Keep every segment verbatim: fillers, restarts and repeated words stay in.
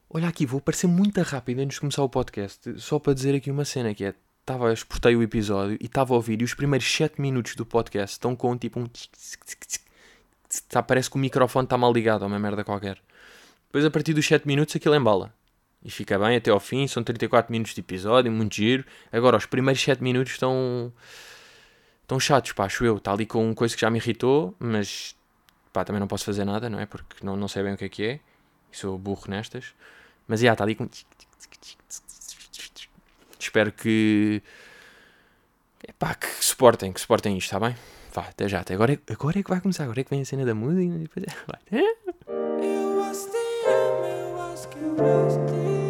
Olha aqui, vou parecer muito rápido antes de começar o podcast, só para dizer aqui uma cena que é, estava, exportei o episódio e estava a ouvir e os primeiros sete minutos do podcast estão com tipo um... Tá, parece que o microfone está mal ligado ou uma merda qualquer. Depois a partir dos sete minutos aquilo embala. E fica bem até ao fim, são trinta e quatro minutos de episódio, muito giro. Agora os primeiros sete minutos estão... Estão chatos, pá, acho eu. Está ali com coisa que já me irritou, mas pá, também não posso fazer nada, não é? Porque não, não sei bem o que é que é. E sou burro nestas. Mas já, está ali com... Espero que... Epá, que suportem, que suportem isto, está bem? Vá, até já. Até agora, é, agora é que vai começar. Agora é que vem a cena da música. E depois é, vai. Eu acho que amo, eu acho que eu acho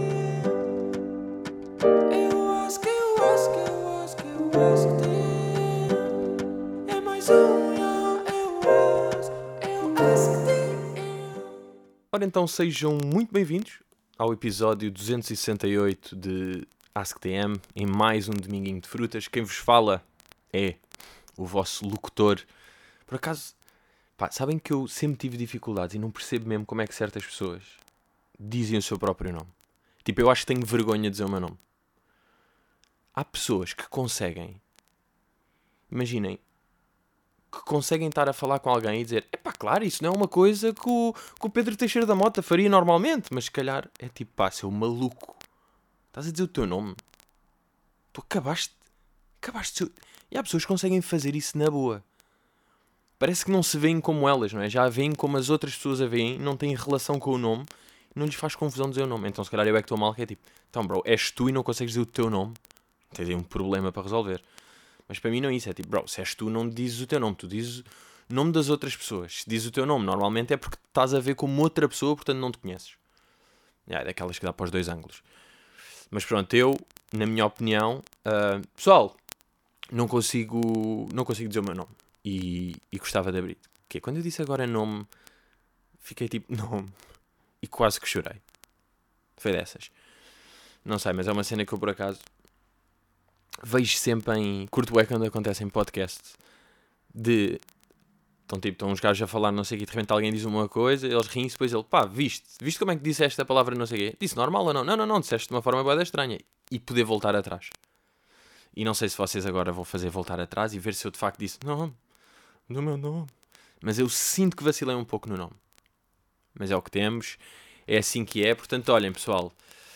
que eu acho que eu acho que eu acho que eu acho que é mais um, eu acho, eu acho que Ora então, sejam muito bem-vindos ao episódio duzentos e sessenta e oito de Ask T M, em mais um Dominguinho de Frutas. Quem vos fala é o vosso locutor. Por acaso, pá, sabem que eu sempre tive dificuldades e não percebo mesmo como é que certas pessoas dizem o seu próprio nome. Tipo, eu acho que tenho vergonha de dizer o meu nome. Há pessoas que conseguem, imaginem, que conseguem estar a falar com alguém e dizer, epá, claro, isso não é uma coisa que o, que o Pedro Teixeira da Mota faria normalmente, mas se calhar é tipo, pá, seu maluco, estás a dizer o teu nome? Tu acabaste, acabaste de ser... E há pessoas que conseguem fazer isso na boa. Parece que não se veem como elas, não é? Já a veem como as outras pessoas a veem, não têm relação com o nome, não lhes faz confusão dizer o nome. Então se calhar eu é que estou mal, que é tipo, então bro, és tu e não consegues dizer o teu nome, tens aí um problema para resolver. Mas para mim não é isso, é tipo, bro, se és tu não dizes o teu nome, tu dizes o nome das outras pessoas. Se dizes o teu nome, normalmente é porque estás a ver como outra pessoa, portanto não te conheces. É daquelas que dá para os dois ângulos. Mas pronto, eu, na minha opinião, uh, pessoal, não consigo, não consigo dizer o meu nome. E, e gostava de abrir. Que quando eu disse agora nome, fiquei tipo, nome. E quase que chorei. Foi dessas. Não sei, mas é uma cena que eu por acaso vejo sempre em... Curto é quando acontece em podcast. De... Então tipo, estão uns gajos a falar não sei o que, de repente alguém diz uma coisa, eles riem-se, depois ele, pá, viste? Viste como é que disseste a palavra não sei o quê? Disse normal ou não? Não, não, não, disseste de uma forma bem estranha. E poder voltar atrás. E não sei se vocês agora vão fazer voltar atrás e ver se eu de facto disse, não, no meu nome. Mas eu sinto que vacilei um pouco no nome. Mas é o que temos, é assim que é, portanto, olhem pessoal,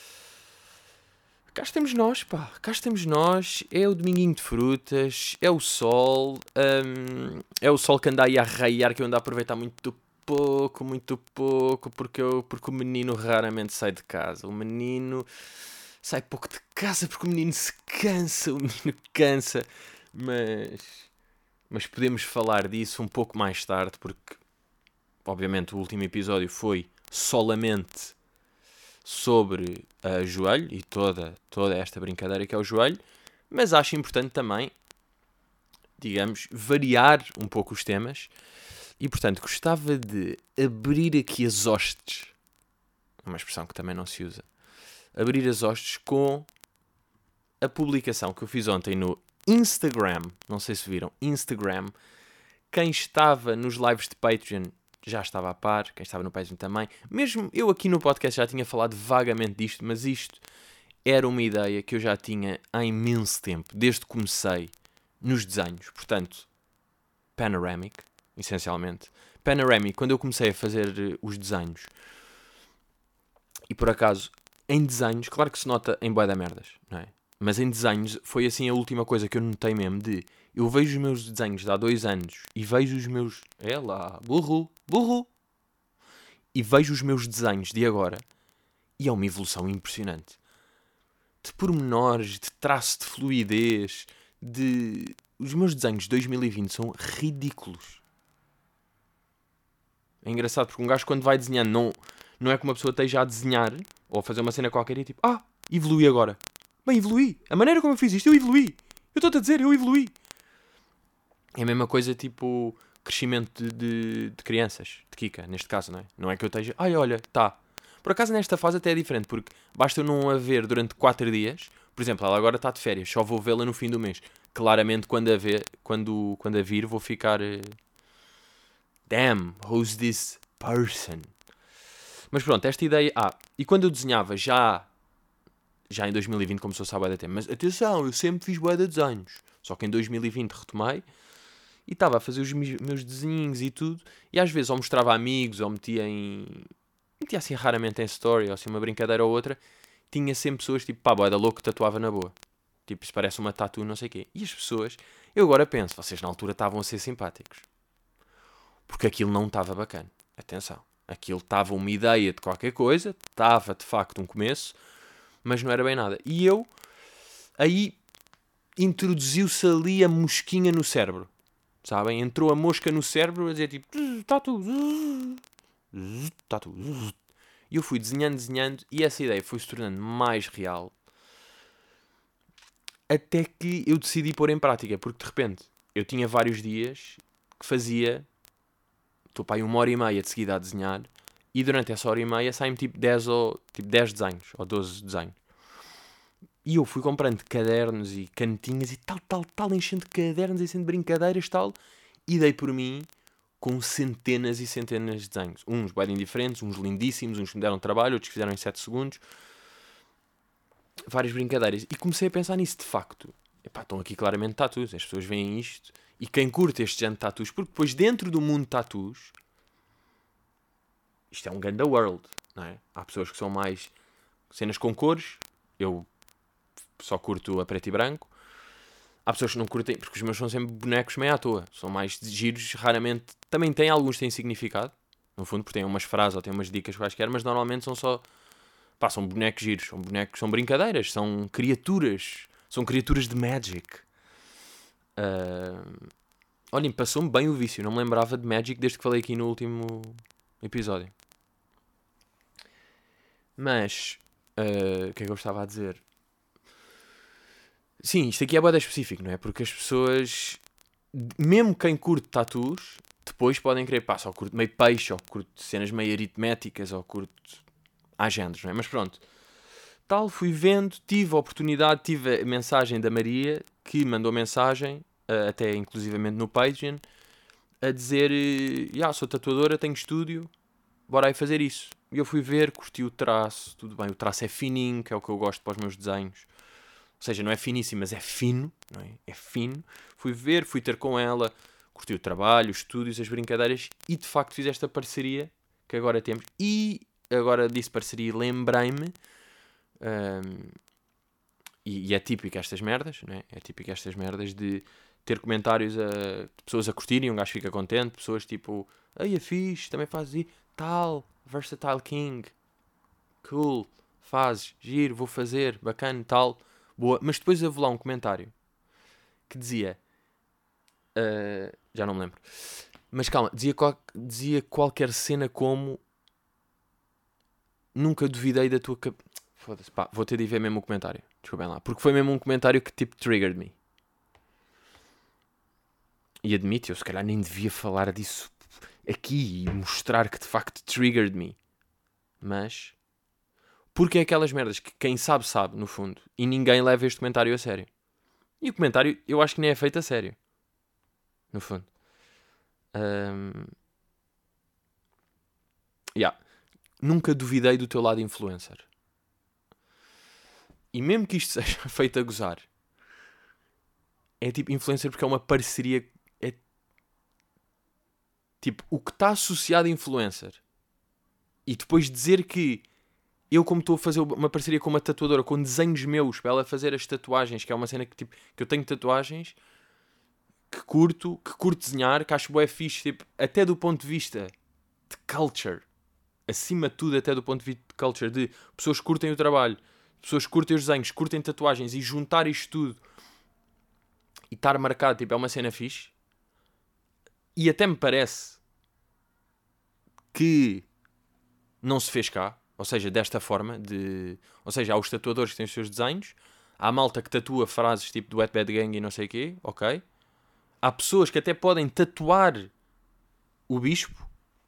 cá estamos nós, pá, cá estamos nós, é o Dominguinho de Frutas, é o sol, hum, é o sol que anda aí a raiar, que eu ando a aproveitar muito pouco, muito pouco, porque, eu, porque o menino raramente sai de casa, o menino sai pouco de casa porque o menino se cansa, o menino cansa, mas, mas podemos falar disso um pouco mais tarde, porque obviamente o último episódio foi solamente sobre a joelho e toda, toda esta brincadeira que é o joelho, mas acho importante também, digamos, variar um pouco os temas e, portanto, gostava de abrir aqui as hostes, uma expressão que também não se usa, abrir as hostes com a publicação que eu fiz ontem no Instagram, não sei se viram, Instagram. Quem estava nos lives de Patreon já estava a par, quem estava no Patreon também. Mesmo eu aqui no podcast já tinha falado vagamente disto, mas isto era uma ideia que eu já tinha há imenso tempo, desde que comecei nos desenhos. Portanto, Panoramic, essencialmente. Panoramic, quando eu comecei a fazer os desenhos, e por acaso, em desenhos, claro que se nota em bué da merdas, não é? Mas em desenhos foi assim a última coisa que eu notei mesmo de... Eu vejo os meus desenhos de há dois anos e vejo os meus... É lá, burro, burro. E vejo os meus desenhos de agora e é uma evolução impressionante. De pormenores, de traço de fluidez, de... Os meus desenhos de dois mil e vinte são ridículos. É engraçado porque um gajo quando vai desenhando não, não é como uma pessoa esteja a desenhar ou a fazer uma cena qualquer e tipo, ah, evolui agora. Bem, evolui. A maneira como eu fiz isto, eu evolui. Eu estou-te a dizer, eu evolui. É a mesma coisa, tipo, crescimento de, de, de crianças, de Kika, neste caso, não é? Não é que eu esteja, ai, olha, tá. Por acaso, nesta fase até é diferente, porque basta eu não a ver durante quatro dias. Por exemplo, ela agora está de férias, só vou vê-la no fim do mês. Claramente, quando a, ver, quando, quando a vir, vou ficar... Uh... Damn, who's this person? Mas pronto, esta ideia... Ah, e quando eu desenhava já... Já em dois mil e vinte começou a bué da tempo. Mas atenção, eu sempre fiz bué de desenhos. Só que em dois mil e vinte retomei. E estava a fazer os meus desenhos e tudo. E às vezes ou mostrava a amigos, ou metia em... Metia assim raramente em story, ou assim uma brincadeira ou outra. Tinha sempre pessoas tipo, pá, bué da louco que tatuava na boa. Tipo, isso parece uma tatu, não sei o quê. E as pessoas... Eu agora penso, vocês na altura estavam a ser simpáticos. Porque aquilo não estava bacana. Atenção. Aquilo estava uma ideia de qualquer coisa. Estava, de facto, um começo. Mas não era bem nada. E eu... Aí... Introduziu-se ali a mosquinha no cérebro. Sabem? Entrou a mosca no cérebro a dizer tipo... Tatu. Tatu. E eu fui desenhando, desenhando. E essa ideia foi se tornando mais real. Até que eu decidi pôr em prática. Porque, de repente, eu tinha vários dias que fazia... Estou para aí uma hora e meia de seguida a desenhar. E durante essa hora e meia saem-me tipo dez, ou, tipo dez desenhos. Ou doze desenhos. E eu fui comprando cadernos e canetinhas e tal, tal, tal. Enchendo de cadernos, enchendo de brincadeiras tal. E dei por mim com centenas e centenas de desenhos. Uns bem diferentes, uns lindíssimos. Uns que me deram trabalho, outros que fizeram em sete segundos. Várias brincadeiras. E comecei a pensar nisso de facto. Epá, estão aqui claramente tatus. As pessoas veem isto. E quem curte este género de tatus, porque depois dentro do mundo de tatus, isto é um ganda world, não é? Há pessoas que são mais cenas com cores, eu só curto a preto e branco. Há pessoas que não curtem, porque os meus são sempre bonecos meio à toa, são mais giros, raramente, também têm, alguns têm significado, no fundo, porque têm umas frases ou têm umas dicas quaisquer, mas normalmente são só, pá, são bonecos giros, são bonecos, são brincadeiras, são criaturas, são criaturas de Magic. Uh, olhem, passou-me bem o vício. Não me lembrava de Magic desde que falei aqui no último episódio. Mas uh, o que é que eu estava a dizer? Sim, isto aqui é bué específico, não é? Porque as pessoas, mesmo quem curte tatus, depois podem querer, pá, só curto meio peixe, ou curto cenas meio aritméticas, ou curto... Há géneros, não é? Mas pronto. Tal, fui vendo, tive a oportunidade, tive a mensagem da Maria, que mandou mensagem, até inclusivamente no Patreon, a dizer, ah, sou tatuadora, tenho estúdio, bora aí fazer isso. E eu fui ver, curti o traço, tudo bem, o traço é fininho, que é o que eu gosto para os meus desenhos. Ou seja, não é finíssimo, mas é fino, não é? É fino. Fui ver, fui ter com ela, curti o trabalho, os estúdios, as brincadeiras, e de facto fiz esta parceria, que agora temos. E agora disse parceria e lembrei-me, um, e, e é típico estas merdas, não é? É típico estas merdas de ter comentários a, de pessoas a curtirem, um gajo fica contente, pessoas tipo, ai, é fixe, também fazes isso, tal, Versatile King, cool, fazes, giro, vou fazer, bacana, tal, boa. Mas depois houve lá um comentário que dizia, uh, já não me lembro, mas calma, dizia, qual, dizia qualquer cena como, nunca duvidei da tua cap... Foda-se, pá, vou ter de ir ver mesmo o comentário, desculpem lá, porque foi mesmo um comentário que tipo triggered me. E admito, eu se calhar nem devia falar disso aqui e mostrar que de facto triggered me. Mas... porque é aquelas merdas que quem sabe, sabe, no fundo. E ninguém leva este comentário a sério. E o comentário, eu acho que nem é feito a sério. No fundo. Um... Yeah. Nunca duvidei do teu lado influencer. E mesmo que isto seja feito a gozar, é tipo influencer porque é uma parceria... Tipo, o que está associado a influencer. E depois dizer que eu, como estou a fazer uma parceria com uma tatuadora, com desenhos meus, para ela fazer as tatuagens, que é uma cena que, tipo, que eu tenho tatuagens, que curto, que curto desenhar, que acho bué fixe, tipo, até do ponto de vista de culture. Acima de tudo, até do ponto de vista de culture, de pessoas que curtem o trabalho, pessoas que curtem os desenhos, curtem tatuagens, e juntar isto tudo e estar marcado, tipo, é uma cena fixe. E até me parece que não se fez cá, ou seja, desta forma, de... ou seja, há os tatuadores que têm os seus desenhos, há a malta que tatua frases tipo do Wet Bad Gang e não sei o quê, ok? Há pessoas que até podem tatuar o bispo,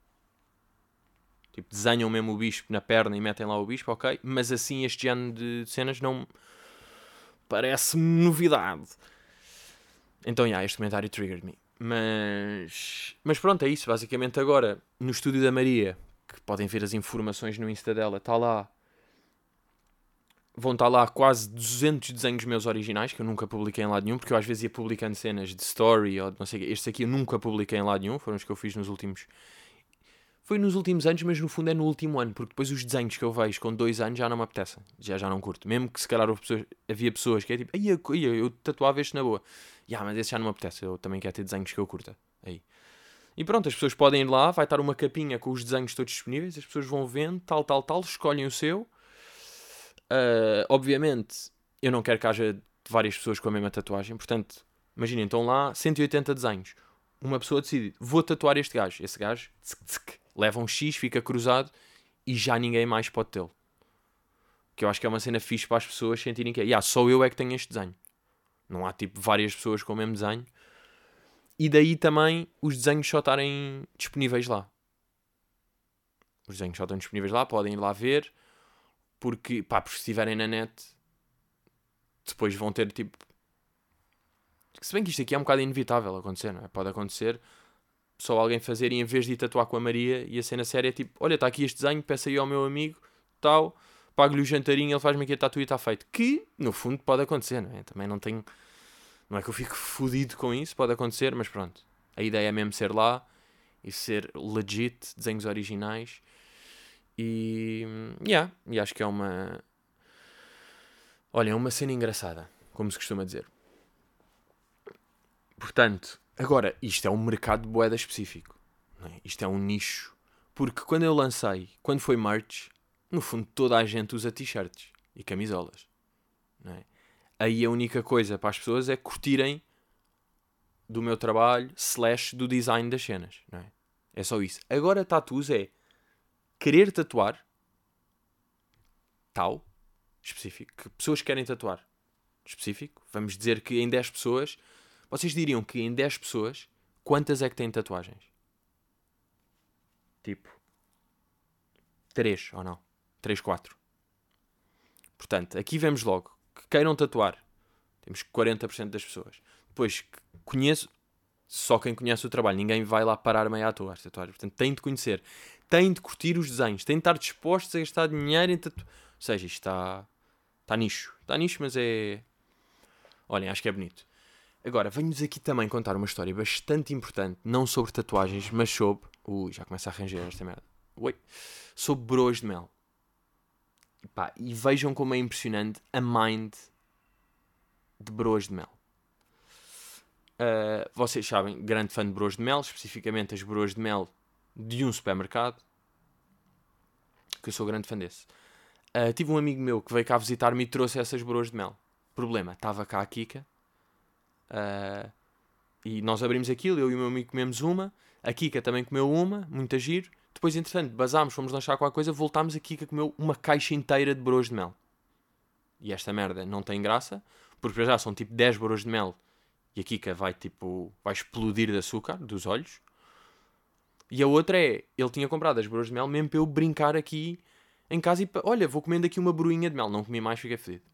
tipo, desenham mesmo o bispo na perna e metem lá o bispo, ok? Mas assim este género de cenas não parece-me novidade. Então, já, yeah, este comentário triggered me. Mas, mas pronto, é isso. Basicamente agora, no estúdio da Maria, que podem ver as informações no Insta dela, está lá. Vão estar lá quase duzentos desenhos meus originais, que eu nunca publiquei em lado nenhum, porque eu às vezes ia publicando cenas de story ou de não sei o quê. Estes aqui eu nunca publiquei em lado nenhum, foram os que eu fiz nos últimos... Foi nos últimos anos, mas no fundo é no último ano, porque depois os desenhos que eu vejo com dois anos já não me apetecem, já, já não curto. Mesmo que se calhar houve pessoas, havia pessoas que é tipo, ai, eu, eu, eu tatuava este na boa. Ya, mas esse já não me apetece, eu também quero ter desenhos que eu curta. Aí. E pronto, as pessoas podem ir lá, vai estar uma capinha com os desenhos todos disponíveis, as pessoas vão vendo, tal, tal, tal, escolhem o seu. Uh, obviamente, eu não quero que haja várias pessoas com a mesma tatuagem, portanto, imaginem, estão lá cento e oitenta desenhos. Uma pessoa decide, vou tatuar este gajo. Esse gajo, tsk, tsk, leva um X, fica cruzado e já ninguém mais pode tê-lo. Que eu acho que é uma cena fixe para as pessoas sentirem que é, yeah, só eu é que tenho este desenho. Não há tipo várias pessoas com o mesmo desenho. E daí também os desenhos só estarem disponíveis lá. Os desenhos só estão disponíveis lá, podem ir lá ver. Porque, pá, porque se estiverem na net, depois vão ter tipo... Se bem que isto aqui é um bocado inevitável acontecer, não é? Pode acontecer só alguém fazer e em vez de ir tatuar com a Maria e a cena séria é tipo, olha, está aqui este desenho, peço aí ao meu amigo, tal, pago-lhe o jantarinho, ele faz-me aqui a tatu e está feito. Que, no fundo, pode acontecer, não é? Também não tenho... Não é que eu fico fodido com isso, pode acontecer, mas pronto. A ideia é mesmo ser lá e ser legit, desenhos originais. E... Yeah, e acho que é uma... Olha, é uma cena engraçada, como se costuma dizer. Portanto, agora, isto é um mercado bué específico. Não é? Isto é um nicho. Porque quando eu lancei, quando foi merch, no fundo toda a gente usa t-shirts e camisolas. Não é? Aí a única coisa para as pessoas é curtirem do meu trabalho slash do design das cenas. Não é? É só isso. Agora tatus é querer tatuar tal, específico, que pessoas querem tatuar específico. Vamos dizer que em dez pessoas... Vocês diriam que em dez pessoas, quantas é que têm tatuagens? Tipo, três ou não? três, quatro. Portanto, aqui vemos logo que queiram tatuar. Temos quarenta por cento das pessoas. Depois, conheço, só quem conhece o trabalho. Ninguém vai lá parar meio à toa. Portanto, têm de conhecer. Têm de curtir os desenhos. Têm de estar dispostos a gastar dinheiro em tatu... Ou seja, isto está... Está nicho. Está nicho, mas é... Olhem, acho que é bonito. Agora, venho-vos aqui também contar uma história bastante importante, não sobre tatuagens, mas sobre... Ui, já começa a arranjar esta merda. Ui. Sobre broas de mel. E, pá, e vejam como é impressionante a mind de broas de mel. Uh, vocês sabem, grande fã de broas de mel, especificamente as broas de mel de um supermercado, que eu sou grande fã desse. Uh, tive um amigo meu que veio cá visitar-me e trouxe essas broas de mel. Problema, estava cá a Kika. Uh, e nós abrimos aquilo, eu e o meu amigo comemos uma, a Kika também comeu uma, muito giro. Depois, entretanto, basámos, fomos lanchar qualquer coisa, voltámos, a Kika comeu uma caixa inteira de broas de mel. E esta merda não tem graça, porque já são tipo dez broas de mel e a Kika vai tipo, vai explodir de açúcar dos olhos. E a outra é, ele tinha comprado as broas de mel mesmo para eu brincar aqui em casa e, olha, vou comendo aqui uma broinha de mel. Não comi mais, fiquei fedido.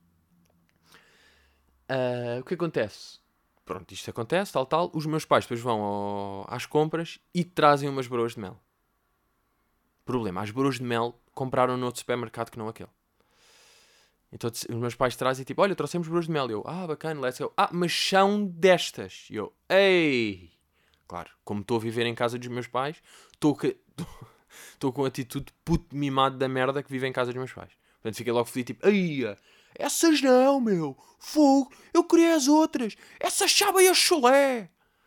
Uh, o que acontece? Pronto, isto acontece, tal, tal. Os meus pais depois vão ao, às compras e trazem umas broas de mel. Problema, as broas de mel compraram noutro supermercado que não aquele. Então os meus pais trazem tipo, olha, trouxemos broas de mel. E eu, ah, bacana, let's go. Ah, mas são destas. E eu, ei! Claro, como estou a viver em casa dos meus pais, estou com a atitude de puto mimado da merda que vive em casa dos meus pais. Portanto, fiquei logo feliz, tipo, ai, essas não, meu, fogo, eu queria as outras, essas sabem a chulé.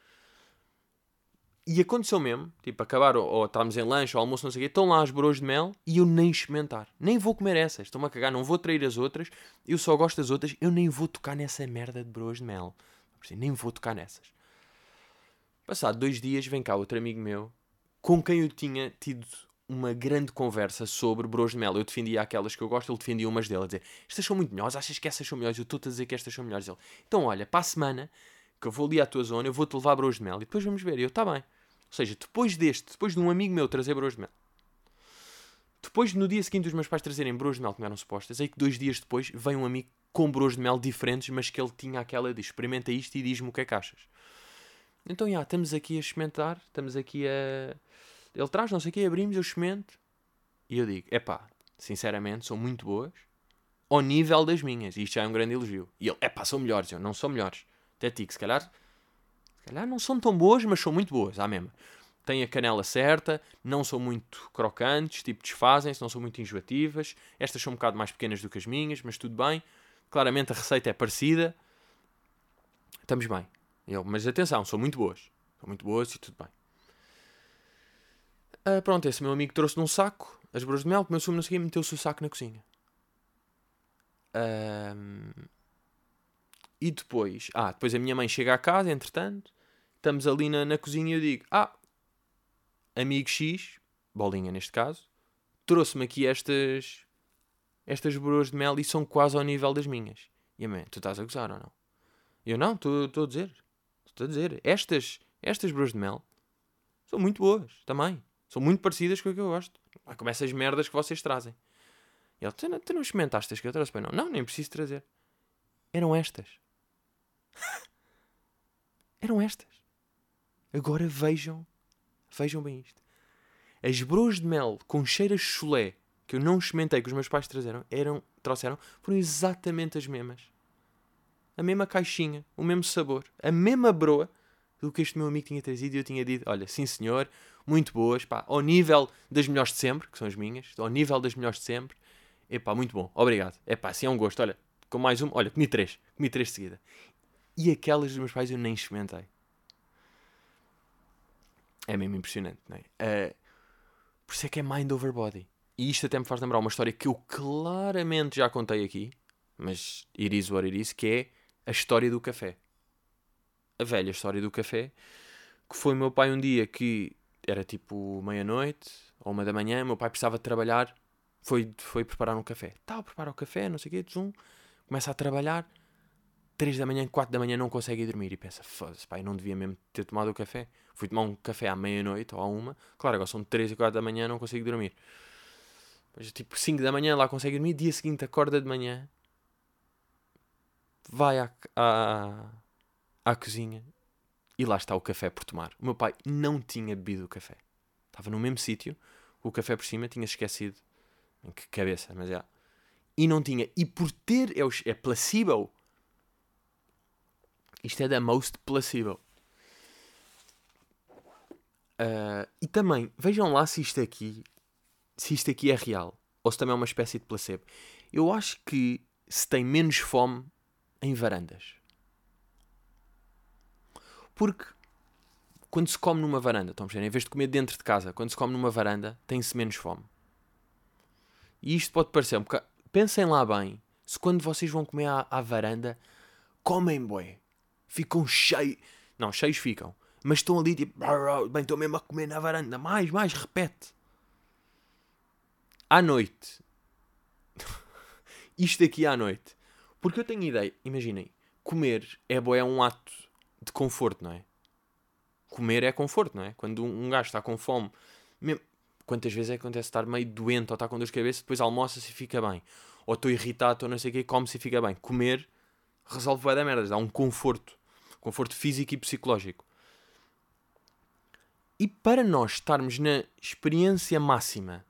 E aconteceu mesmo, tipo, acabaram, ou, ou estávamos em lanche, ou almoço, não sei o quê, estão lá as broas de mel e eu nem experimentar. Nem vou comer essas, estou-me a cagar, não vou trair as outras, eu só gosto das outras, eu nem vou tocar nessa merda de broas de mel. Nem vou tocar nessas. Passado dois dias, vem cá outro amigo meu, com quem eu tinha tido uma grande conversa sobre broas de mel. Eu defendia aquelas que eu gosto, ele defendia umas dele, a dizer, estas são muito melhores, achas que essas são melhores? Eu estou-te a dizer que estas são melhores. Ele, então olha, para a semana, que eu vou ali à tua zona, eu vou-te levar broas de mel, e depois vamos ver. E eu, está bem. Ou seja, depois deste, depois de um amigo meu trazer broas de mel, depois no dia seguinte os meus pais trazerem broas de mel que não eram supostas, aí que dois dias depois vem um amigo com broas de mel diferentes, mas que ele tinha aquela de experimenta isto e diz-me o que é que achas. Então, já, estamos aqui a experimentar, estamos aqui a... Ele traz, não sei o quê, abrimos, eu experimento. E eu digo, epá, sinceramente, são muito boas. Ao nível das minhas. E isto já é um grande elogio. E ele, epá, são melhores. Eu, não são melhores. Até digo, se calhar, se calhar não são tão boas, mas são muito boas, à mesma. Têm a canela certa, não são muito crocantes, tipo, desfazem-se, não são muito enjoativas. Estas são um bocado mais pequenas do que as minhas, mas tudo bem. Claramente a receita é parecida. Estamos bem. Eu, mas atenção, são muito boas. São muito boas e tudo bem. Ah, pronto, esse meu amigo trouxe num saco as broas de mel, comeu-se não sei o quê, meteu-se o saco na cozinha. Ahm, e depois, ah, depois a minha mãe chega à casa, entretanto, estamos ali na, na cozinha e eu digo, ah, amigo X, bolinha neste caso, trouxe-me aqui estas, estas broas de mel e são quase ao nível das minhas. E a mãe, tu estás a gozar ou não? E eu, não, estou a dizer, estou a dizer, estas, estas broas de mel são muito boas, também. São muito parecidas com o que eu gosto. Ah, como essas merdas que vocês trazem. E ele, tu não, tu não experimentaste as que eu trouxe? Bem, não, não, nem preciso trazer. Eram estas. Eram estas. Agora vejam, vejam bem isto. As broas de mel com cheiro a chulé que eu não experimentei, que os meus pais trazeram, eram, trouxeram, foram exatamente as mesmas. A mesma caixinha, o mesmo sabor, a mesma broa do que este meu amigo tinha trazido e eu tinha dito, olha, sim senhor, muito boas, pá, ao nível das melhores de sempre, que são as minhas, ao nível das melhores de sempre, epá, muito bom, obrigado, epá, assim é um gosto, olha, com mais um, olha, comi três, comi três de seguida. E aquelas dos meus pais eu nem experimentei. É mesmo impressionante, não é? Uh, por isso é que é mind over body. E isto até me faz lembrar uma história que eu claramente já contei aqui, mas it is what it is, que é a história do café. A velha história do café, que foi o meu pai um dia que era tipo meia-noite ou uma da manhã, meu pai precisava de trabalhar, foi, foi preparar um café. Tal, prepara o café, não sei o quê, zoom, começa a trabalhar, três da manhã, quatro da manhã não consegue ir dormir e pensa, foda-se, pai, não devia mesmo ter tomado o café. Fui tomar um café à meia-noite ou à uma, claro, agora são três e quatro da manhã, não consigo dormir. Mas tipo cinco da manhã lá consegue dormir, dia seguinte acorda de manhã, vai à, à, à cozinha e lá está o café por tomar. O meu pai não tinha bebido o café. Estava no mesmo sítio, o café por cima, tinha esquecido. Em que cabeça, mas já. E não tinha. E por ter, é, o, é placebo. Isto é da most placebo. Uh, e também, vejam lá se isto aqui, se isto aqui é real. Ou se também é uma espécie de placebo. Eu acho que se tem menos fome em varandas. Porque quando se come numa varanda, estão a perceber? Em vez de comer dentro de casa, quando se come numa varanda, tem-se menos fome. E isto pode parecer um bocado... Pensem lá bem, se quando vocês vão comer à, à varanda, comem bué. Ficam cheios. Não, cheios ficam. Mas estão ali tipo... Bem, estou mesmo a comer na varanda. Mais, mais, repete. À noite. Isto aqui à noite. Porque eu tenho ideia, imaginem, comer é bué, é um ato de conforto, não é? Comer é conforto, não é? Quando um gajo está com fome, mesmo, quantas vezes é que acontece estar meio doente ou estar com dor de cabeça, depois almoça-se e fica bem. Ou estou irritado ou não sei o quê, come-se e fica bem. Comer resolve bué da merda, dá um conforto. Conforto físico e psicológico. E para nós estarmos na experiência máxima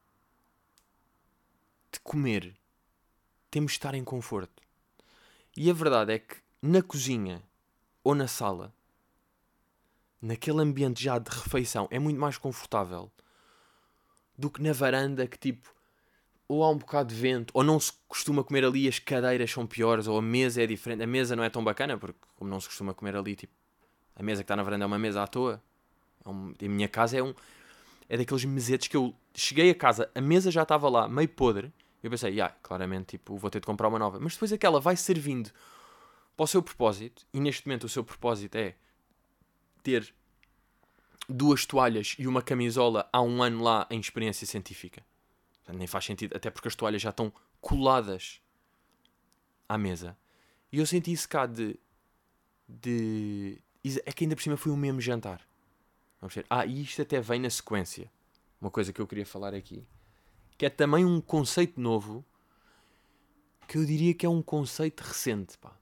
de comer, temos de estar em conforto. E a verdade é que na cozinha ou na sala, naquele ambiente já de refeição, é muito mais confortável do que na varanda que tipo, ou há um bocado de vento, ou não se costuma comer ali, as cadeiras são piores, ou a mesa é diferente. A mesa não é tão bacana, porque como não se costuma comer ali, tipo, a mesa que está na varanda é uma mesa à toa. É um, a minha casa é um... É daqueles mesetes que eu cheguei a casa, a mesa já estava lá, meio podre. Eu pensei, ah, claramente, tipo, vou ter de comprar uma nova. Mas depois aquela vai servindo para o seu propósito, e neste momento o seu propósito é ter duas toalhas e uma camisola há um ano lá em experiência científica. Portanto, nem faz sentido, até porque as toalhas já estão coladas à mesa. E eu senti isso cá de... de... É que ainda por cima foi o mesmo jantar. Vamos ver. Ah, e isto até vem na sequência. Uma coisa que eu queria falar aqui. Que é também um conceito novo. Que eu diria que é um conceito recente, pá.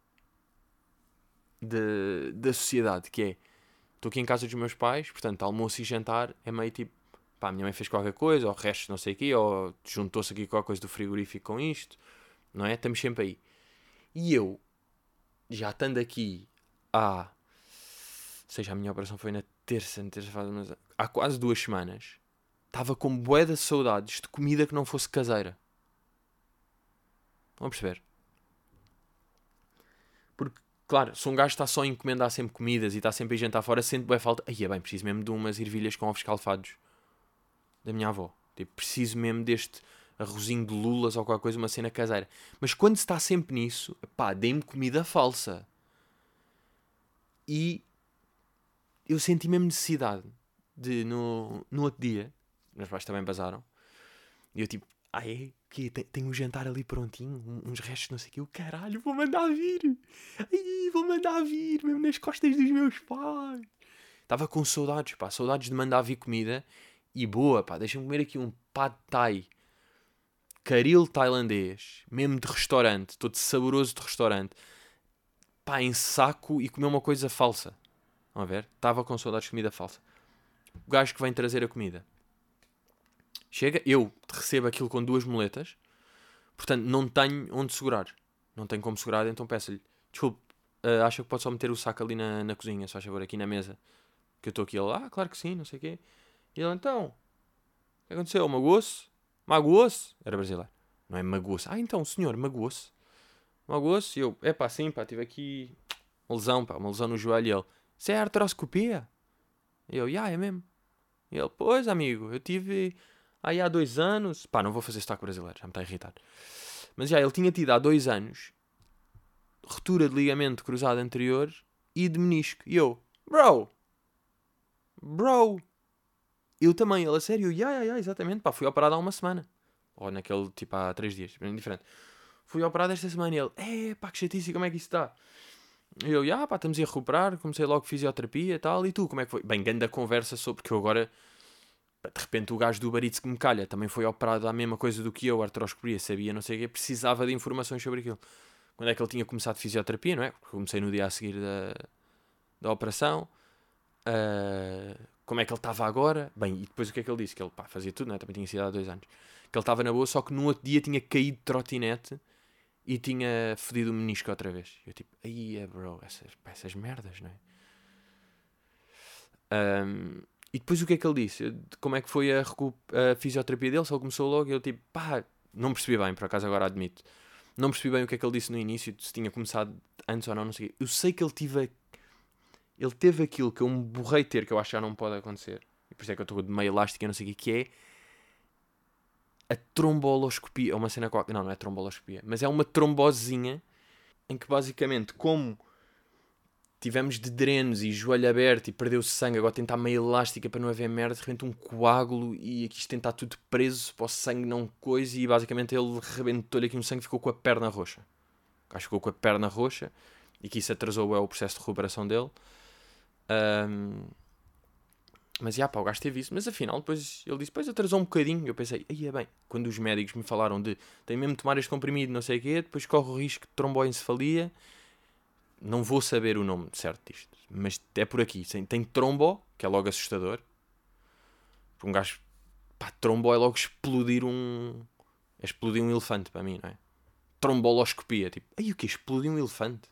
De, da sociedade. Que é... Estou aqui em casa dos meus pais. Portanto, almoço e jantar é meio tipo... pá, a minha mãe fez qualquer coisa, ou o resto não sei o quê, ou juntou-se aqui qualquer coisa do frigorífico com isto, não é? Estamos sempre aí. E eu, já estando aqui há, ou seja, a minha operação foi na terça, na terça fase, mas há quase duas semanas, estava com bué de saudades de comida que não fosse caseira. Vão perceber? Porque, claro, se um gajo está só a encomendar sempre comidas e está sempre a jantar fora, sente bué falta. Aí é bem, preciso mesmo de umas ervilhas com ovos calfados da minha avó. Tipo, preciso mesmo deste arrozinho de lulas ou qualquer coisa, uma cena caseira. Mas quando se está sempre nisso, pá, dê-me comida falsa. E eu senti mesmo necessidade de, no, no outro dia, meus pais também basaram, e eu tipo, ah é? Que tem, tem um jantar ali prontinho, um- uns restos não sei o quê, o caralho, vou mandar vir. Ai, vou mandar vir, mesmo nas costas dos meus pais. Estava com saudades, pá, saudades de mandar vir comida. E boa, pá, deixa-me comer aqui um pad thai, caril tailandês, mesmo de restaurante, todo saboroso de restaurante. Pá, em saco e comer uma coisa falsa. Vão a ver? Estava com saudades de comida falsa. O gajo que vem trazer a comida. Chega, eu recebo aquilo com duas moletas, portanto não tenho onde segurar. Não tenho como segurar, então peço-lhe, desculpe, ah, acha que pode só meter o saco ali na, na cozinha, só favor, aqui na mesa. Que eu estou aqui, ele, ah, claro que sim, não sei o quê. E ele, então, o que aconteceu? Magoou-se? Magoou-se? Era brasileiro. Não é magoou-se. Ah, então, senhor, magoou-se. Magoou-se? E eu, é pá, sim, pá, tive aqui uma lesão, pá, uma lesão no joelho. E ele, isso é artroscopia? E eu, já, é mesmo. E ele, pois, amigo, eu tive aí há dois anos. Pá, não vou fazer sotaque brasileiro, já me está a irritar. Mas já, ele tinha tido há dois anos ruptura de ligamento cruzado anterior e de menisco. E eu, bro, bro, eu também, ele a sério, ya, ya, ya, exatamente, pá, fui operado há uma semana. Ou naquele, tipo, há três dias, bem diferente. Fui operado esta semana e ele, é, pá, que chatice, como é que isso está? E eu, ya, pá, estamos a recuperar, comecei logo fisioterapia e tal, e tu, como é que foi? Bem, grande a conversa sobre, porque eu agora, pá, de repente o gajo do Uber Eats que me calha também foi operado à mesma coisa do que eu, artroscopia, sabia, não sei o quê, precisava de informações sobre aquilo. Quando é que ele tinha começado fisioterapia, não é? Porque comecei no dia a seguir da, da operação. Uh, como é que ele estava agora? Bem, e depois o que é que ele disse? Que ele, pá, fazia tudo, né? Também tinha sido há dois anos. Que ele estava na boa, só que no outro dia tinha caído de trotinete e tinha fodido o menisco outra vez. Eu tipo, aí é bro, essas, pá, essas merdas, não é? Um, e depois o que é que ele disse? Eu, como é que foi a, recu- a fisioterapia dele? Se ele começou logo, eu tipo, pá, não percebi bem, por acaso agora admito. Não percebi bem o que é que ele disse no início, se tinha começado antes ou não, não sei o quê. Eu sei que ele tive, ele teve aquilo que eu me borrei ter, que eu acho que já não pode acontecer. E por isso é que eu estou de meio elástica, não sei o quê, que é a tromboloscopia. É uma cena qualquer. Não, não é tromboloscopia. Mas é uma trombosezinha em que basicamente, como tivemos de drenos e joelho aberto e perdeu-se sangue, agora tentar meio elástica para não haver merda, de repente um coágulo e aqui isto tentar tudo preso para o sangue não coisa e basicamente ele rebentou-lhe aqui no sangue e ficou com a perna roxa. Acho que ficou com a perna roxa e que isso atrasou é, o processo de recuperação dele. Um, mas já pá, o gajo teve isso. Mas afinal, depois ele disse, depois atrasou um bocadinho. Eu pensei, aí é bem, quando os médicos me falaram de tem mesmo de tomar este comprimido, não sei o quê, depois corre o risco de tromboencefalia. Não vou saber o nome certo disto, mas é por aqui. Tem trombo, que é logo assustador. Um gajo, pá, trombo é logo explodir um. É explodir um elefante para mim, não é? Tromboloscopia, tipo, aí o que? Explodiu um elefante.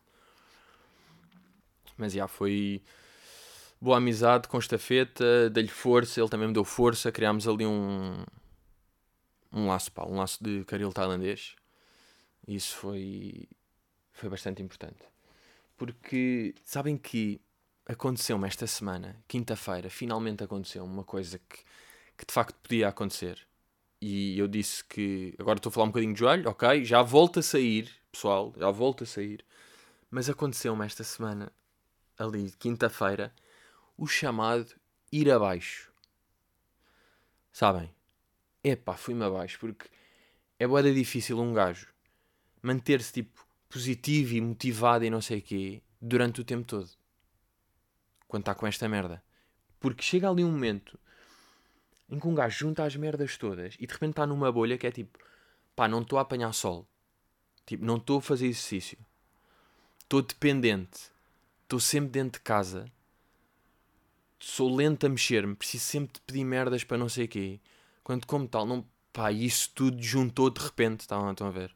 Mas já foi boa amizade com estafeta, dei-lhe força, ele também me deu força, criámos ali um um laço, pá, um laço de caril tailandês. E isso foi foi bastante importante. Porque sabem que aconteceu-me esta semana, quinta-feira, finalmente aconteceu uma coisa que, que de facto podia acontecer. E eu disse que agora estou a falar um bocadinho de joelho, ok, já volto a sair, pessoal, já volto a sair. Mas aconteceu-me esta semana, ali, quinta-feira, o chamado ir abaixo. Sabem? Epá, fui-me abaixo, porque é bué de difícil um gajo manter-se, tipo, positivo e motivado e não sei o quê, durante o tempo todo. Quando está com esta merda. Porque chega ali um momento em que um gajo junta as merdas todas e de repente está numa bolha que é tipo, pá, não estou a apanhar sol. Tipo, não estou a fazer exercício. Estou dependente. Estou sempre dentro de casa. sou lento a mexer-me, preciso sempre de pedir merdas para não sei o quê. Quando como tal, não... Pá, isso tudo juntou de repente, estão, estão a ver?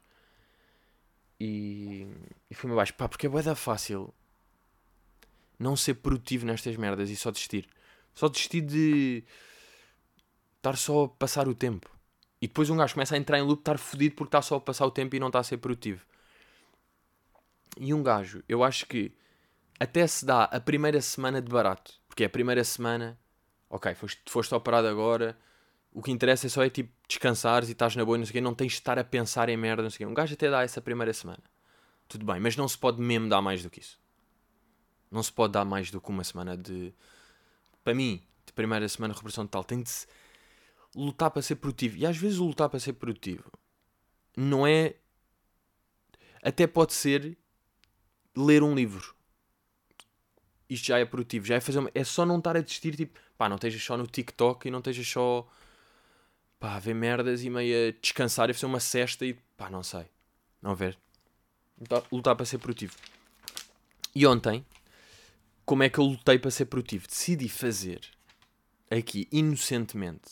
E, e fui-me abaixo. Pá, porque é bué da fácil não ser produtivo nestas merdas e só desistir. Só desistir de estar só a passar o tempo. E depois um gajo começa a entrar em loop, estar fodido porque está só a passar o tempo e não está a ser produtivo. E um gajo, eu acho que até se dá a primeira semana de barato. Porque é a primeira semana, ok, foste, foste operado agora, o que interessa é só é tipo descansares e estás na boa, não sei o quê, não tens de estar a pensar em merda, não sei o quê. Um gajo até dá essa primeira semana. Tudo bem, mas não se pode mesmo dar mais do que isso. Não se pode dar mais do que uma semana de... Para mim, de primeira semana de recuperação total, tem de se lutar para ser produtivo. E às vezes o lutar para ser produtivo não é... Até pode ser ler um livro. Isto já é produtivo. Já é fazer uma... É só não estar a desistir, tipo... Pá, não estejas só no TikTok e não estejas só... Pá, a ver merdas e meio a descansar e fazer uma cesta e... Pá, não sei. Não ver. Lutar, lutar para ser produtivo. E ontem, como é que eu lutei para ser produtivo? Decidi fazer, aqui, inocentemente,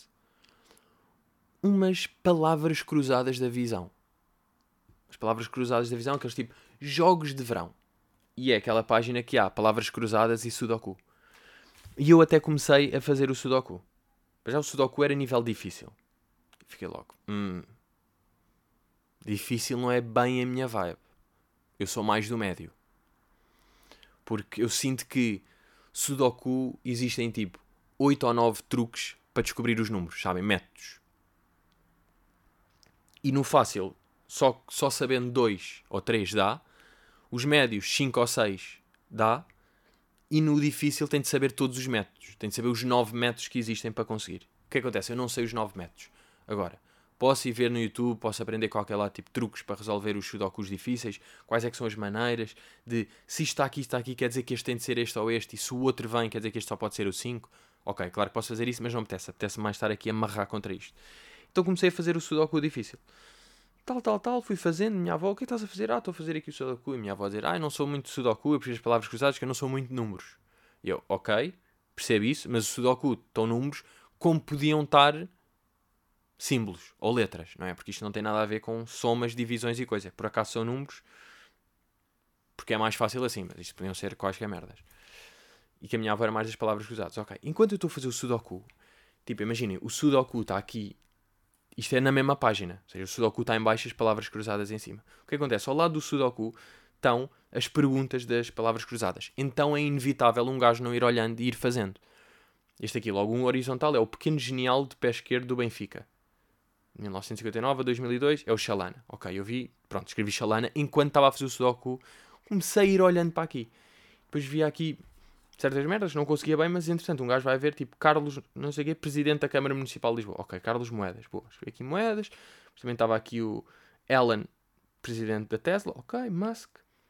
umas palavras cruzadas da visão. As palavras cruzadas da visão, aqueles tipo jogos de verão. E é aquela página que há palavras cruzadas e sudoku. E eu até comecei a fazer o sudoku. Mas já o sudoku era nível difícil. Fiquei logo. Hum, difícil não é bem a minha vibe. Eu sou mais do médio. Porque eu sinto que sudoku existem tipo oito ou nove truques para descobrir os números, sabem? Métodos. E no fácil, só, só sabendo dois ou três dá. Os médios, cinco ou seis dá. E no difícil tem de saber todos os métodos. Tem de saber os nove métodos que existem para conseguir. O que acontece? Eu não sei os nove métodos. Agora, posso ir ver no YouTube, posso aprender qualquer lá tipo truques para resolver os sudokus difíceis, quais é que são as maneiras de se isto está aqui, isto está aqui, quer dizer que este tem de ser este ou este, e se o outro vem, quer dizer que este só pode ser o cinco. Ok, claro que posso fazer isso, mas não me apetece, apetece mais estar aqui a amarrar contra isto. Então comecei a fazer o sudoku difícil. Tal, tal, tal, fui fazendo, minha avó, o que é que estás a fazer? Ah, estou a fazer aqui o sudoku. E minha avó a dizer, ah, eu não sou muito sudoku, eu preciso de palavras cruzadas, que eu não sou muito de números. E eu, ok, percebo isso, mas o sudoku estão números como podiam estar símbolos ou letras, não é? Porque isto não tem nada a ver com somas, divisões e coisa. Por acaso são números, porque é mais fácil assim, mas isto podiam ser quaisquer merdas. E que a minha avó era mais das palavras cruzadas. Ok, enquanto eu estou a fazer o sudoku, tipo, imaginem, o sudoku está aqui, isto é na mesma página, ou seja, o sudoku está em baixo, as palavras cruzadas em cima. O que acontece? Ao lado do sudoku estão as perguntas das palavras cruzadas. Então é inevitável um gajo não ir olhando e ir fazendo. Este aqui, logo um horizontal, é o pequeno genial de pé esquerdo do Benfica. mil novecentos e cinquenta e nove a dois mil e dois é o Chalana. Ok, eu vi, pronto, escrevi Chalana. Enquanto estava a fazer o sudoku, comecei a ir olhando para aqui. Depois vi aqui certas merdas, não conseguia bem, mas entretanto um gajo vai ver, tipo, Carlos, não sei o quê, Presidente da Câmara Municipal de Lisboa. Ok, Carlos Moedas. Boa, escrevi aqui Moedas. Também estava aqui o Elon, Presidente da Tesla. Ok, Musk.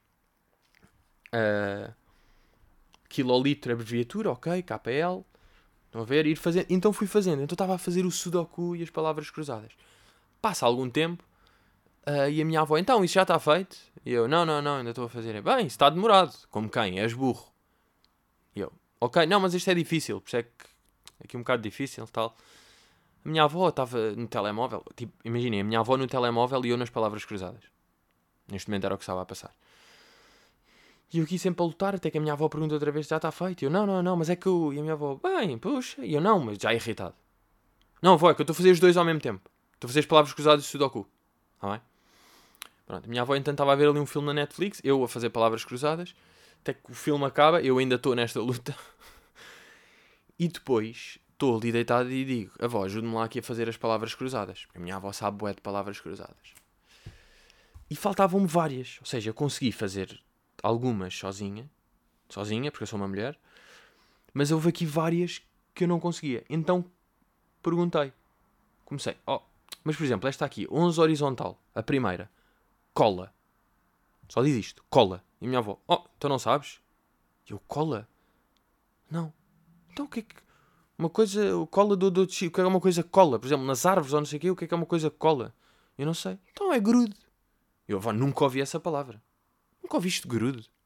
Uh, Kilolitro, abreviatura. Ok, K P L. Estão a ver? Ir fazendo. Então fui fazendo. Então estava a fazer o sudoku e as palavras cruzadas. Passa algum tempo uh, e a minha avó, então, isso já está feito? E eu, não, não, não, ainda estou a fazer. Bem, isso está demorado. Como quem? És burro. E eu, ok, não, mas isto é difícil. Por isso é que aqui um bocado difícil tal. A minha avó estava no telemóvel. Tipo, imaginem, a minha avó no telemóvel e eu nas palavras cruzadas. Neste momento era o que estava a passar. E eu aqui sempre a lutar, até que a minha avó pergunta outra vez, já está feito? E eu, não, não, não, mas é que eu... E a minha avó, bem, puxa. E eu, não, mas já irritado. Não, avó, é que eu estou a fazer os dois ao mesmo tempo. Estou a fazer as palavras cruzadas e sudoku. Está bem? Pronto, a minha avó então estava a ver ali um filme na Netflix, eu a fazer palavras cruzadas, até que o filme acaba, eu ainda estou nesta luta. E depois estou ali deitado e digo, avó, ajude-me lá aqui a fazer as palavras cruzadas. Porque a minha avó sabe bué de palavras cruzadas. E faltavam-me várias. Ou seja, eu consegui fazer algumas sozinha. Sozinha, porque eu sou uma mulher. Mas houve aqui várias que eu não conseguia. Então perguntei. Comecei. Oh, mas por exemplo, esta aqui, onze horizontal. A primeira. Cola. Só diz isto. Cola. E a minha avó. Oh, então não sabes? E eu, cola? Não. Então o que é que... Uma coisa... Cola do... do o que é uma coisa cola? Por exemplo, nas árvores ou não sei o quê. O que é que é uma coisa cola? Eu não sei. Então é grude. Eu, avó, nunca ouvi essa palavra. Nunca ouviste grude?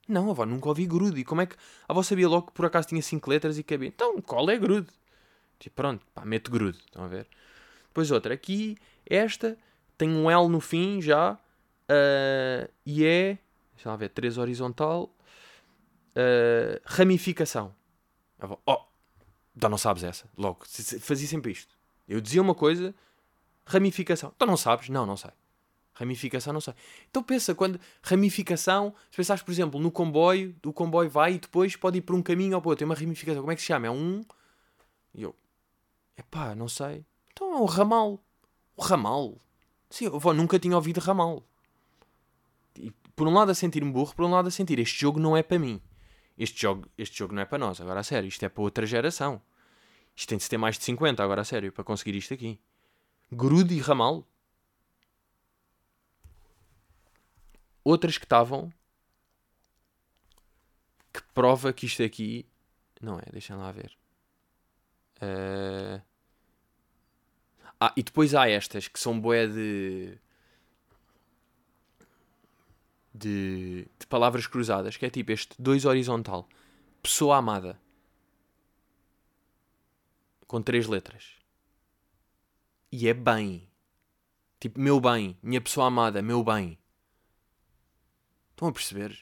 Não, avó, nunca ouvi grude. E como é que a avó sabia logo que por acaso tinha cinco letras e cabia? Então, qual é grude? Tipo, pronto, pá, mete grude. Estão a ver? Depois outra. Aqui, esta, tem um L no fim já. Uh, e é, deixa lá ver, três horizontal. Uh, ramificação. A avó, oh, então não sabes essa. Logo, fazia sempre isto. Eu dizia uma coisa, ramificação. Então não sabes? Não, não sei. Ramificação, não sei. Então pensa, quando ramificação, se pensares, por exemplo, no comboio, o comboio vai e depois pode ir por um caminho ou para outro. Tem uma ramificação. Como é que se chama? É um... E eu... Epá, não sei. Então é um ramal. O ramal. Sim, eu vou, nunca tinha ouvido ramal. E, por um lado a sentir-me burro, por um lado a sentir, este jogo não é para mim. Este jogo, este jogo não é para nós. Agora a sério, isto é para outra geração. Isto tem de se ter mais de cinquenta, agora a sério, para conseguir isto aqui. Grude e ramal. Outras que estavam, que prova que isto aqui não é, deixem lá ver. Uh... Ah, e depois há estas que são bué de... de de palavras cruzadas, que é tipo este dois horizontal, pessoa amada, com três letras, e é bem, tipo meu bem, minha pessoa amada, meu bem. Estão a perceber?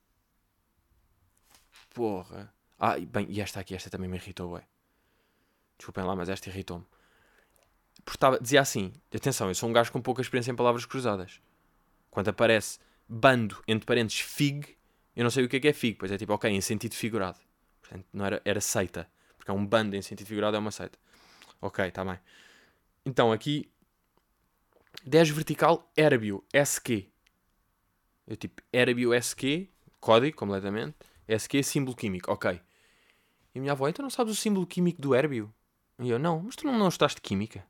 Porra. Ah, e bem, e esta aqui, esta também me irritou, ué. Desculpem lá, mas esta irritou-me. Porque estava, dizia assim, atenção, eu sou um gajo com pouca experiência em palavras cruzadas. Quando aparece bando, entre parênteses, fig, eu não sei o que é que é fig, pois é tipo, ok, em sentido figurado. Portanto, não era, era seita. Porque é um bando em sentido figurado, é uma seita. Ok, está bem. Então, aqui, dez vertical, Erbio, S Q. Eu tipo, Erbio S Q, código, completamente. S Q, símbolo químico, ok. E a minha avó, então não sabes o símbolo químico do Erbio? E eu, não, mas tu não, não estudaste química?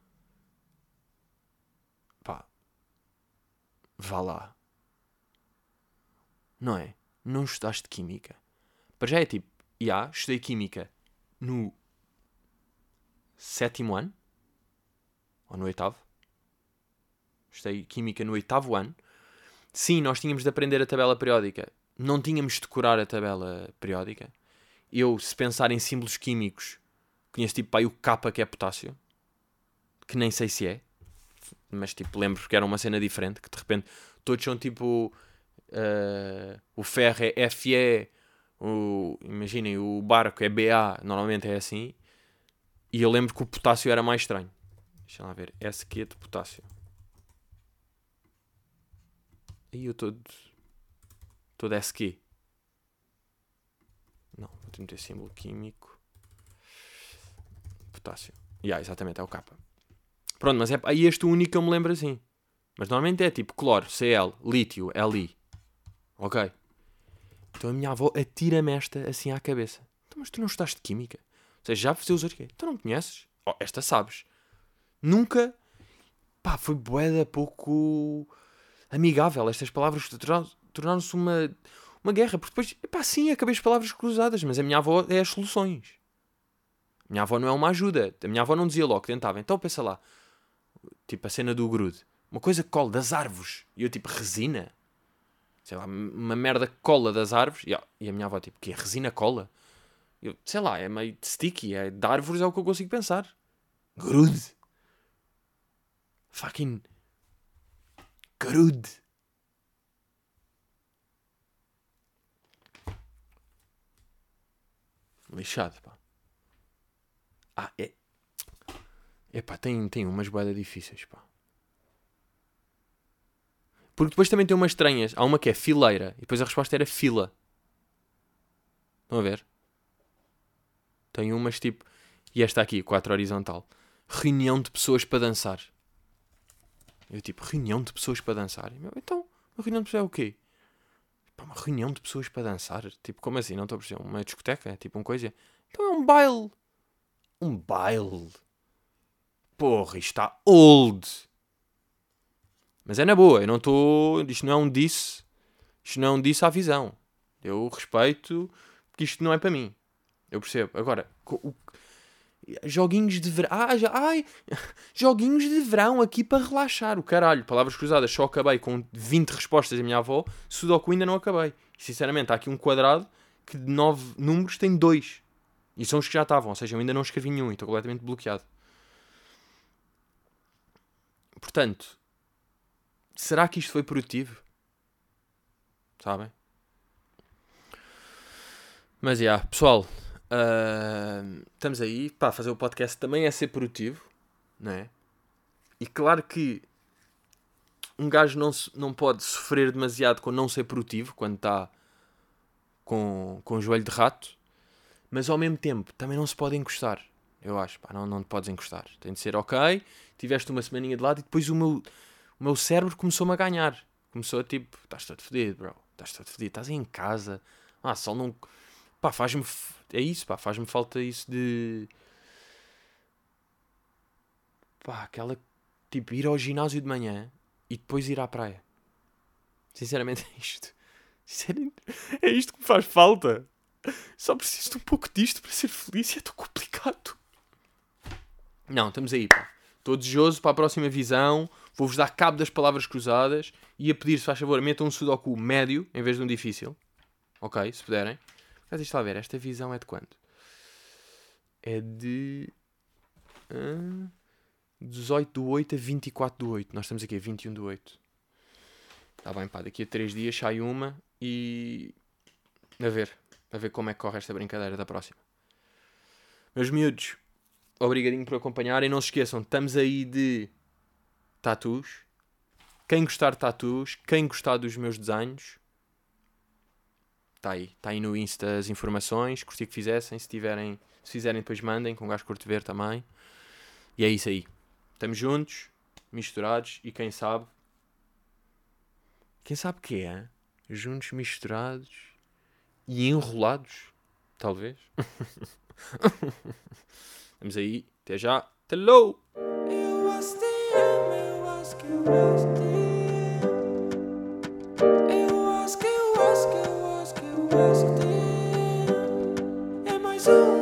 Pá, vá lá. Não é? Não estudaste química? Para já é tipo, já, yeah, estudei química no sétimo ano, ou no oitavo. Estudei química no oitavo ano. Sim, nós tínhamos de aprender a tabela periódica. Não tínhamos de decorar a tabela periódica. Eu, se pensar em símbolos químicos, conheço tipo pá, o K, que é potássio. Que nem sei se é. Mas tipo, lembro que era uma cena diferente. Que de repente todos são tipo... Uh, o ferro é F E. O, imaginem, o barco é B A. Normalmente é assim. E eu lembro que o potássio era mais estranho. Deixa lá ver. S Q de potássio. Aí eu todo... todo S Q. Não, vou ter meter símbolo químico. Potássio. Yeah, exatamente, é o K. Pronto, mas é aí este único que eu me lembro assim. Mas normalmente é tipo cloro, C L, lítio, L I. Ok? Então a minha avó atira-me esta assim à cabeça. Então, mas tu não estudaste de química? Ou seja, já fizeste o quê? Tu não conheces? Oh, esta sabes. Nunca... Pá, foi bué pouco amigável. Estas palavras tornaram-se uma... uma guerra. Porque depois, pá, sim, acabei as palavras cruzadas. Mas a minha avó é as soluções. A minha avó não é uma ajuda. A minha avó não dizia logo, tentava. Então pensa lá. Tipo a cena do grude. Uma coisa que cola das árvores. E eu tipo, resina. Sei lá, uma merda que cola das árvores. E a minha avó tipo, que é resina cola? Eu, sei lá, é meio sticky. É, de árvores é o que eu consigo pensar. Grude. Fucking... grude. Lixado, pá. Ah, é... Epá, tem, tem umas boedas difíceis, pá. Porque depois também tem umas estranhas. Há uma que é fileira. E depois a resposta era fila. Estão a ver? Tem umas tipo... E esta aqui, quatro horizontal. Reunião de pessoas para dançar. Eu tipo, reunião de pessoas para dançar? E, meu, então, uma reunião de pessoas é o quê? Pá, uma reunião de pessoas para dançar? Tipo, como assim? Não estou a perceber. Uma discoteca? Tipo, uma coisa... Então é um baile. Um baile. Porra, isto está old. Mas é na boa, eu não estou... Isto não é um diss. Isto não é um diss à visão. Eu respeito, porque isto não é para mim. Eu percebo. Agora, o... joguinhos de verão... Ah, já... Ai, joguinhos de verão aqui para relaxar. O caralho, palavras cruzadas. Só acabei com vinte respostas da minha avó. Sudoku ainda não acabei. E sinceramente, há aqui um quadrado que de nove números tem dois. E são os que já estavam, ou seja, eu ainda não escrevi nenhum e estou completamente bloqueado. Portanto, será que isto foi produtivo? Sabem? Mas, já, yeah, pessoal, uh, estamos aí. Pá, fazer o podcast também é ser produtivo, não é? E claro que um gajo não, não pode sofrer demasiado com não ser produtivo quando está com, com o joelho de rato, mas ao mesmo tempo também não se pode encostar. Eu acho, pá, não, não te podes encostar. Tem de ser ok, tiveste uma semaninha de lado e depois o meu, o meu cérebro começou-me a ganhar. Começou a tipo, estás todo fedido, bro. Estás todo fedido, estás aí em casa. Ah, só não... Pá, faz-me... É isso, pá, faz-me falta isso de... Pá, aquela... Tipo, ir ao ginásio de manhã e depois ir à praia. Sinceramente é isto. Sinceramente, é isto que me faz falta. Só preciso de um pouco disto para ser feliz e é tão complicado. Não, estamos aí, pá. Estou desejoso para a próxima visão. Vou-vos dar cabo das palavras cruzadas. E a pedir, se faz favor, metam um sudoku médio em vez de um difícil. Ok, se puderem. Mas deixa lá ver, esta visão é de quando? É de... Uh, dezoito do oito a vinte e quatro do oito. Nós estamos aqui a vinte e um do oito. Está bem, pá. Daqui a três dias sai uma e... A ver. A ver como é que corre esta brincadeira da próxima. Meus miúdos, obrigadinho por acompanharem. Não se esqueçam, estamos aí de tatus. Quem gostar de tatus, quem gostar dos meus desenhos, está aí. Está aí no Insta as informações. Curti que fizessem. Se, tiverem, se fizerem, depois mandem, com um gajo curto ver também. E é isso aí. Estamos juntos, misturados e quem sabe... Quem sabe o que é? Hein? Juntos, misturados e enrolados. Talvez. Vamos aí. Até já. Hello! Eu acho que eu acho que eu acho que eu acho que eu acho que eu acho que é mais um